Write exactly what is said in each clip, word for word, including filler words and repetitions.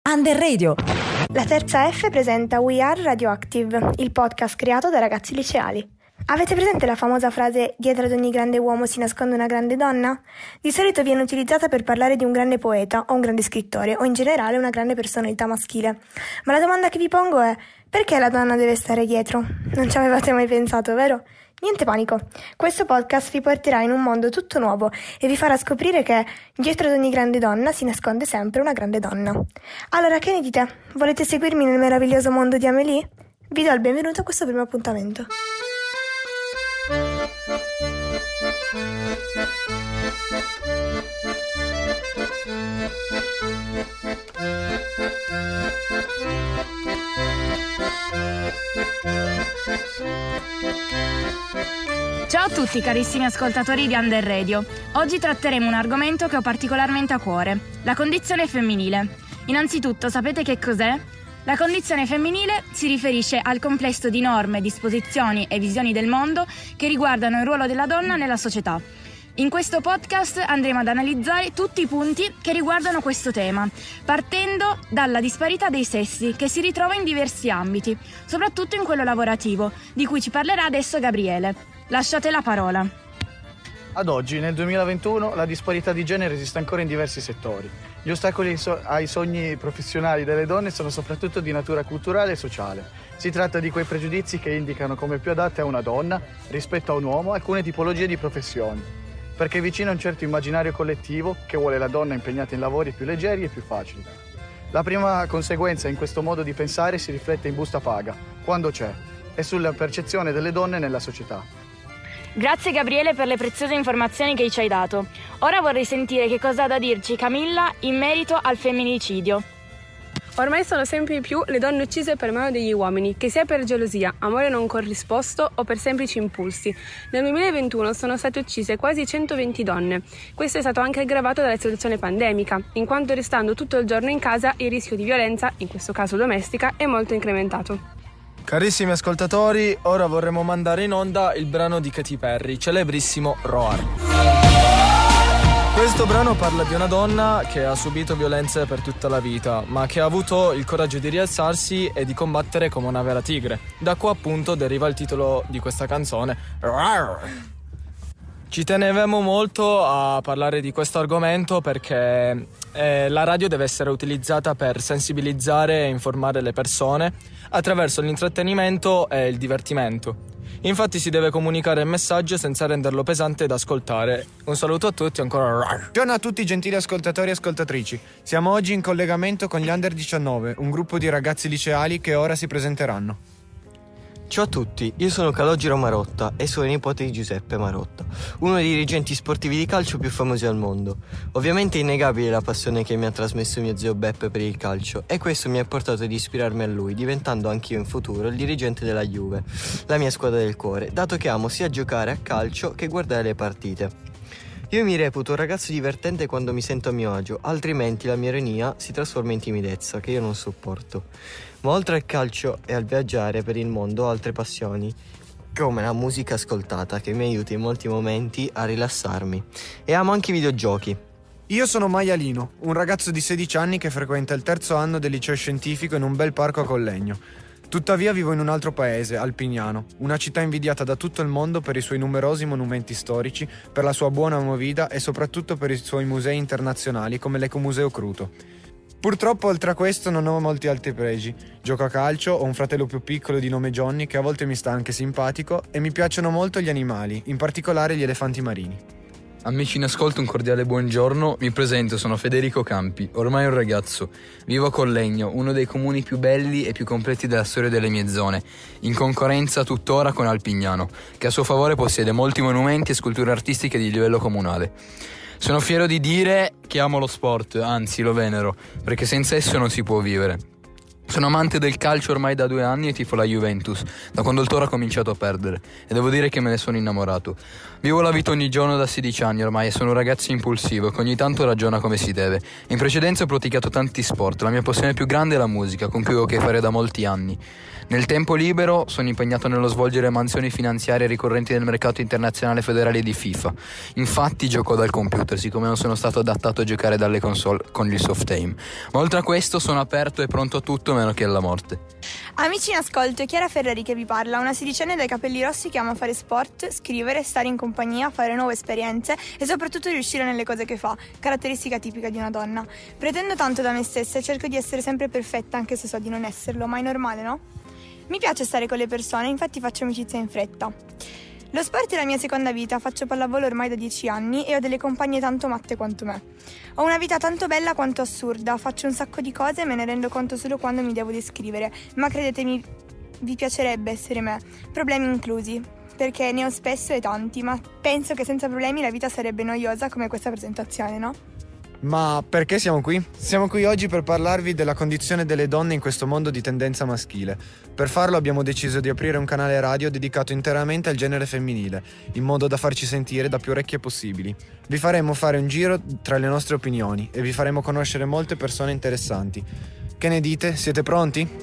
Under Radio. La terza F presenta We Are Radioactive, il podcast creato da ragazzi liceali. Avete presente la famosa frase "dietro ad ogni grande uomo si nasconde una grande donna"? Di solito viene utilizzata per parlare di un grande poeta o un grande scrittore o in generale una grande personalità maschile. Ma la domanda che vi pongo è: perché la donna deve stare dietro? Non ci avevate mai pensato, vero? Niente panico, questo podcast vi porterà in un mondo tutto nuovo e vi farà scoprire che dietro ad ogni grande donna si nasconde sempre una grande donna. Allora, che ne dite? Volete seguirmi nel meraviglioso mondo di Amélie? Vi do il benvenuto a questo primo appuntamento. Ciao a tutti carissimi ascoltatori di Under Radio. Oggi tratteremo un argomento che ho particolarmente a cuore, la condizione femminile. Innanzitutto, sapete che cos'è? La condizione femminile si riferisce al complesso di norme, disposizioni e visioni del mondo che riguardano il ruolo della donna nella società. In questo podcast andremo ad analizzare tutti i punti che riguardano questo tema, partendo dalla disparità dei sessi che si ritrova in diversi ambiti, soprattutto in quello lavorativo, di cui ci parlerà adesso Gabriele. Lasciate la parola. Ad oggi, nel duemilaventuno, la disparità di genere esiste ancora in diversi settori. Gli ostacoli ai sogni professionali delle donne sono soprattutto di natura culturale e sociale. Si tratta di quei pregiudizi che indicano come più adatte a una donna rispetto a un uomo alcune tipologie di professioni, perché è vicino a un certo immaginario collettivo che vuole la donna impegnata in lavori più leggeri e più facili. La prima conseguenza in questo modo di pensare si riflette in busta paga, quando c'è, e sulla percezione delle donne nella società. Grazie Gabriele per le preziose informazioni che ci hai dato. Ora vorrei sentire che cosa ha da dirci Camilla in merito al femminicidio. Ormai sono sempre di più le donne uccise per mano degli uomini, che sia per gelosia, amore non corrisposto o per semplici impulsi. Nel duemilaventuno sono state uccise quasi centoventi donne. Questo è stato anche aggravato dalla situazione pandemica, in quanto restando tutto il giorno in casa il rischio di violenza, in questo caso domestica, è molto incrementato. Carissimi ascoltatori, ora vorremmo mandare in onda il brano di Katy Perry, celebrissimo Roar. Questo brano parla di una donna che ha subito violenze per tutta la vita, ma che ha avuto il coraggio di rialzarsi e di combattere come una vera tigre. Da qua appunto deriva il titolo di questa canzone, Roar. Ci tenevamo molto a parlare di questo argomento perché eh, la radio deve essere utilizzata per sensibilizzare e informare le persone attraverso l'intrattenimento e il divertimento. Infatti si deve comunicare il messaggio senza renderlo pesante da ascoltare. Un saluto a tutti, ancora. Buongiorno a tutti gentili ascoltatori e ascoltatrici. Siamo oggi in collegamento con gli Under diciannove, un gruppo di ragazzi liceali che ora si presenteranno. Ciao a tutti, io sono Calogero Marotta e sono nipote di Giuseppe Marotta, uno dei dirigenti sportivi di calcio più famosi al mondo. Ovviamente è innegabile la passione che mi ha trasmesso mio zio Beppe per il calcio e questo mi ha portato ad ispirarmi a lui, diventando anch'io in futuro il dirigente della Juve, la mia squadra del cuore, dato che amo sia giocare a calcio che guardare le partite. Io mi reputo un ragazzo divertente quando mi sento a mio agio, altrimenti la mia ironia si trasforma in timidezza, che io non sopporto. Ma oltre al calcio e al viaggiare per il mondo ho altre passioni, come la musica ascoltata, che mi aiuta in molti momenti a rilassarmi. E amo anche i videogiochi. Io sono Maialino, un ragazzo di sedici anni che frequenta il terzo anno del liceo scientifico in un bel parco a Collegno. Tuttavia vivo in un altro paese, Alpignano, una città invidiata da tutto il mondo per i suoi numerosi monumenti storici, per la sua buona movida e soprattutto per i suoi musei internazionali come l'Ecomuseo Cruto. Purtroppo oltre a questo non ho molti altri pregi. Gioco a calcio, ho un fratello più piccolo di nome Johnny che a volte mi sta anche simpatico e mi piacciono molto gli animali, in particolare gli elefanti marini. Amici in ascolto, un cordiale buongiorno, mi presento, sono Federico Campi, ormai un ragazzo, vivo a Collegno, uno dei comuni più belli e più completi della storia delle mie zone, in concorrenza tuttora con Alpignano, che a suo favore possiede molti monumenti e sculture artistiche di livello comunale. Sono fiero di dire che amo lo sport, anzi lo venero, perché senza esso non si può vivere. Sono amante del calcio ormai da due anni e tifo la Juventus, da quando il Toro ha cominciato a perdere, e devo dire che me ne sono innamorato. Vivo la vita ogni giorno da sedici anni ormai e sono un ragazzo impulsivo che ogni tanto ragiona come si deve. In precedenza ho praticato tanti sport, la mia passione più grande è la musica, con cui ho a che fare da molti anni. Nel tempo libero sono impegnato nello svolgere mansioni finanziarie ricorrenti nel mercato internazionale federale di FIFA. Infatti gioco dal computer, siccome non sono stato adattato a giocare dalle console con il soft aim. Ma oltre a questo sono aperto e pronto a tutto meno che alla morte. Amici in ascolto, è Chiara Ferrari che vi parla, una sedicenne dai capelli rossi che ama fare sport, scrivere, stare in compagnia, fare nuove esperienze e soprattutto riuscire nelle cose che fa, caratteristica tipica di una donna. Pretendo tanto da me stessa e cerco di essere sempre perfetta anche se so di non esserlo, ma è normale, no? Mi piace stare con le persone, infatti faccio amicizia in fretta. Lo sport è la mia seconda vita, faccio pallavolo ormai da dieci anni e ho delle compagne tanto matte quanto me. Ho una vita tanto bella quanto assurda, faccio un sacco di cose e me ne rendo conto solo quando mi devo descrivere, ma credetemi, vi piacerebbe essere me, problemi inclusi, perché ne ho spesso e tanti, ma penso che senza problemi la vita sarebbe noiosa come questa presentazione, no? Ma perché siamo qui? Siamo qui oggi per parlarvi della condizione delle donne in questo mondo di tendenza maschile. Per farlo abbiamo deciso di aprire un canale radio dedicato interamente al genere femminile, in modo da farci sentire da più orecchie possibili. Vi faremo fare un giro tra le nostre opinioni e vi faremo conoscere molte persone interessanti. Che ne dite? Siete pronti?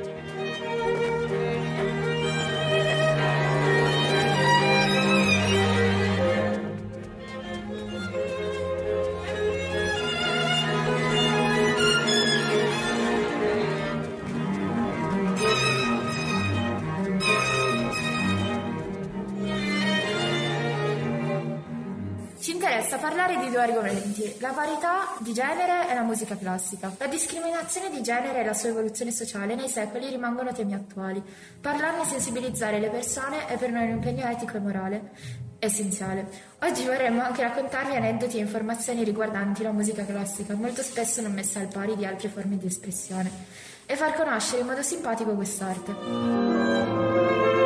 Ci interessa parlare di due argomenti, la parità di genere e la musica classica. La discriminazione di genere e la sua evoluzione sociale nei secoli rimangono temi attuali. Parlarne e sensibilizzare le persone è per noi un impegno etico e morale essenziale. Oggi vorremmo anche raccontarvi aneddoti e informazioni riguardanti la musica classica, molto spesso non messa al pari di altre forme di espressione, e far conoscere in modo simpatico quest'arte.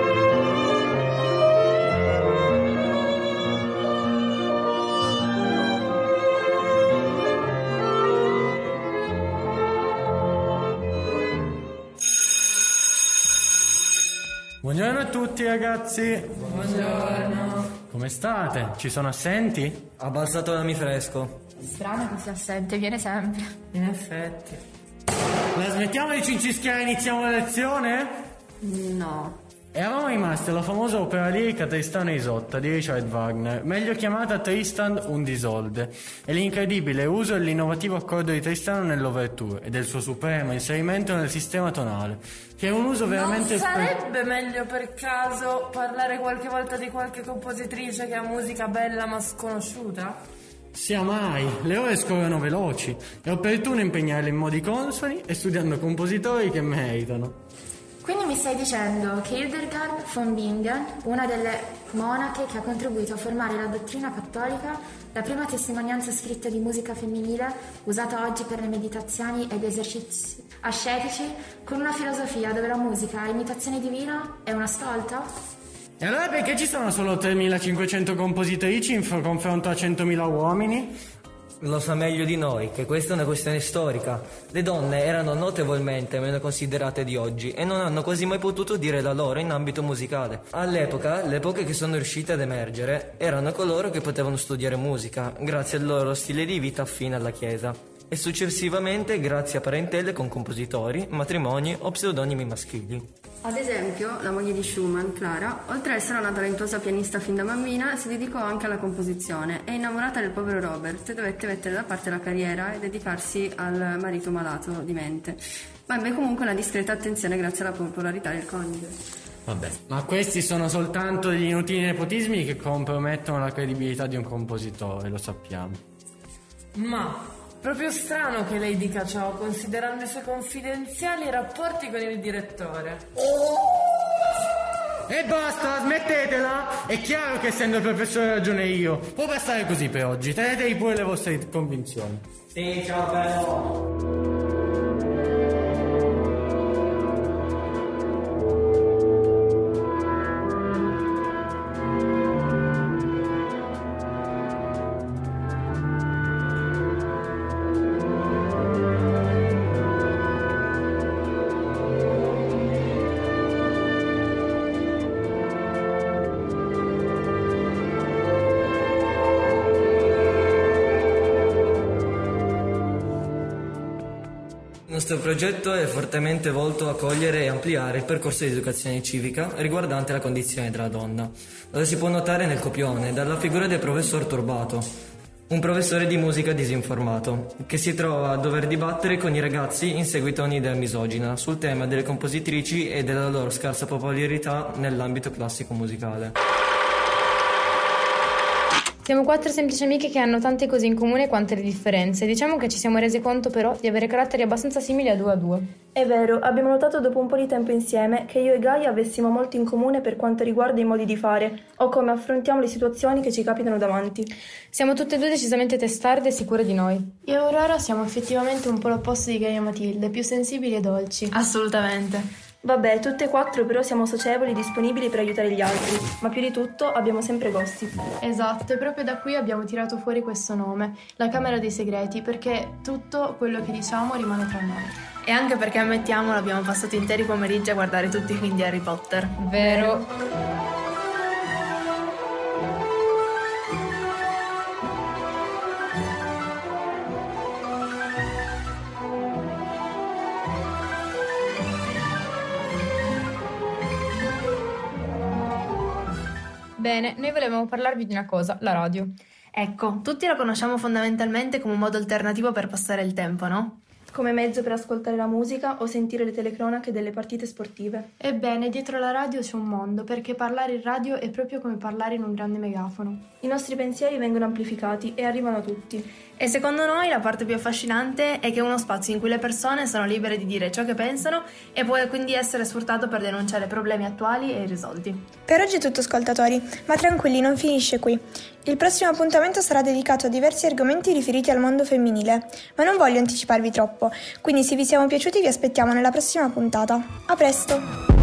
Buongiorno a tutti ragazzi. Buongiorno. Come state? Ci sono assenti? Abbassato mi fresco. Strano che sia assente, viene sempre. In effetti. La smettiamo di cincischiare e iniziamo la lezione? No. Eravamo rimasti alla famosa opera lirica Tristano e Isotta di Richard Wagner, meglio chiamata Tristan und Isolde, e l'incredibile uso e l'innovativo accordo di Tristano nell'ouverture e del suo supremo inserimento nel sistema tonale, che è un uso veramente... Non sarebbe meglio per caso parlare qualche volta di qualche compositrice che ha musica bella ma sconosciuta? Sia mai, le ore scorrono veloci, è opportuno impegnarle in modi consoni e studiando compositori che meritano. Quindi mi stai dicendo che Hildegard von Bingen, una delle monache che ha contribuito a formare la dottrina cattolica, la prima testimonianza scritta di musica femminile usata oggi per le meditazioni ed esercizi ascetici, con una filosofia dove la musica, imitazione divina, è una stolta? E allora perché ci sono solo tremilacinquecento compositrici in f- confronto a centomila uomini? Lo sa meglio di noi che questa è una questione storica. Le donne erano notevolmente meno considerate di oggi e non hanno quasi mai potuto dire la loro in ambito musicale. All'epoca, le poche che sono riuscite ad emergere erano coloro che potevano studiare musica, grazie al loro stile di vita affine alla Chiesa, e successivamente grazie a parentele con compositori, matrimoni o pseudonimi maschili. Ad esempio, la moglie di Schumann, Clara, oltre ad essere una talentuosa pianista fin da bambina, si dedicò anche alla composizione e, innamorata del povero Robert, dovette mettere da parte la carriera e dedicarsi al marito malato di mente, ma ebbe comunque una discreta attenzione grazie alla popolarità del coniuge. Vabbè. Ma questi sono soltanto degli inutili nepotismi che compromettono la credibilità di un compositore, lo sappiamo. Ma proprio strano che lei dica ciò, considerando i suoi confidenziali rapporti con il direttore. E basta, smettetela! È chiaro che essendo il professore ragione io. Può bastare così per oggi, tenetevi pure le vostre convinzioni. Sì, ciao bello! Questo progetto è fortemente volto a cogliere e ampliare il percorso di educazione civica riguardante la condizione della donna. Lo si può notare nel copione, dalla figura del professor Turbato, un professore di musica disinformato, che si trova a dover dibattere con i ragazzi in seguito a un'idea misogina sul tema delle compositrici e della loro scarsa popolarità nell'ambito classico musicale. Siamo quattro semplici amiche che hanno tante cose in comune quante le differenze. Diciamo che ci siamo rese conto però di avere caratteri abbastanza simili a due a due. È vero, abbiamo notato dopo un po' di tempo insieme che io e Gaia avessimo molto in comune per quanto riguarda i modi di fare o come affrontiamo le situazioni che ci capitano davanti. Siamo tutte e due decisamente testarde e sicure di noi. Io e Aurora siamo effettivamente un po' l'opposto di Gaia e Matilde, più sensibili e dolci. Assolutamente. Vabbè, tutte e quattro però siamo socievoli, disponibili per aiutare gli altri, ma più di tutto abbiamo sempre gossip. Esatto, e proprio da qui abbiamo tirato fuori questo nome, la Camera dei Segreti, perché tutto quello che diciamo rimane tra noi. E anche perché, ammettiamolo, abbiamo passato interi pomeriggi a guardare tutti i film di Harry Potter. Vero. Bene, noi volevamo parlarvi di una cosa, la radio. Ecco, tutti la conosciamo fondamentalmente come un modo alternativo per passare il tempo, no? Come mezzo per ascoltare la musica o sentire le telecronache delle partite sportive. Ebbene, dietro la radio c'è un mondo, perché parlare in radio è proprio come parlare in un grande megafono. I nostri pensieri vengono amplificati e arrivano a tutti. E secondo noi la parte più affascinante è che è uno spazio in cui le persone sono libere di dire ciò che pensano e può quindi essere sfruttato per denunciare problemi attuali e irrisolti. Per oggi è tutto, ascoltatori, ma tranquilli, non finisce qui. Il prossimo appuntamento sarà dedicato a diversi argomenti riferiti al mondo femminile, ma non voglio anticiparvi troppo, quindi se vi siamo piaciuti vi aspettiamo nella prossima puntata. A presto!